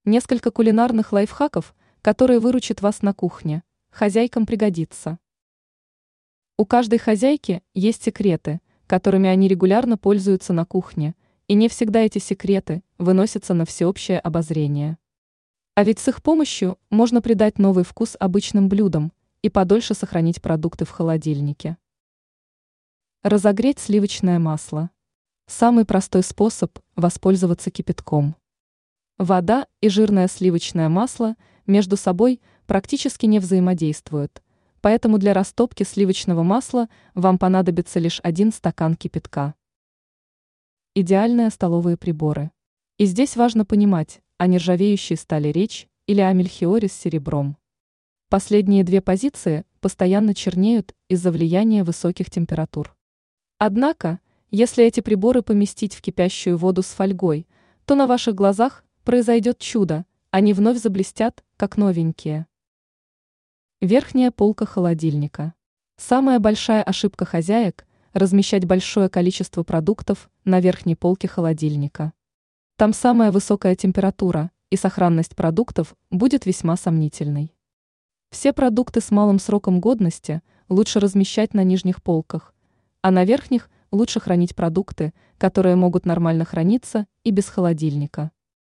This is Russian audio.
Несколько кулинарных лайфхаков, которые выручат вас на кухне. Хозяйкам пригодится. У каждой хозяйки есть секреты, которыми они регулярно пользуются на кухне, и не всегда эти секреты выносятся на всеобщее обозрение. А ведь с их помощью можно придать новый вкус обычным блюдам и подольше сохранить продукты в холодильнике. Разогреть сливочное масло. Самый простой способ – воспользоваться кипятком. Вода и жирное сливочное масло между собой практически не взаимодействуют, поэтому для растопки сливочного масла вам понадобится лишь 1 стакан кипятка. Идеальные столовые приборы. И здесь важно понимать, о нержавеющей стали речь или о мельхиоре с серебром. Последние две позиции постоянно чернеют из-за влияния высоких температур. Однако, если эти приборы поместить в кипящую воду с фольгой, то на ваших глазах произойдет чудо, они вновь заблестят, как новенькие. Верхняя полка холодильника. Самая большая ошибка хозяек – размещать большое количество продуктов на верхней полке холодильника. Там самая высокая температура, и сохранность продуктов будет весьма сомнительной. Все продукты с малым сроком годности лучше размещать на нижних полках, а на верхних лучше хранить продукты, которые могут нормально храниться и без холодильника.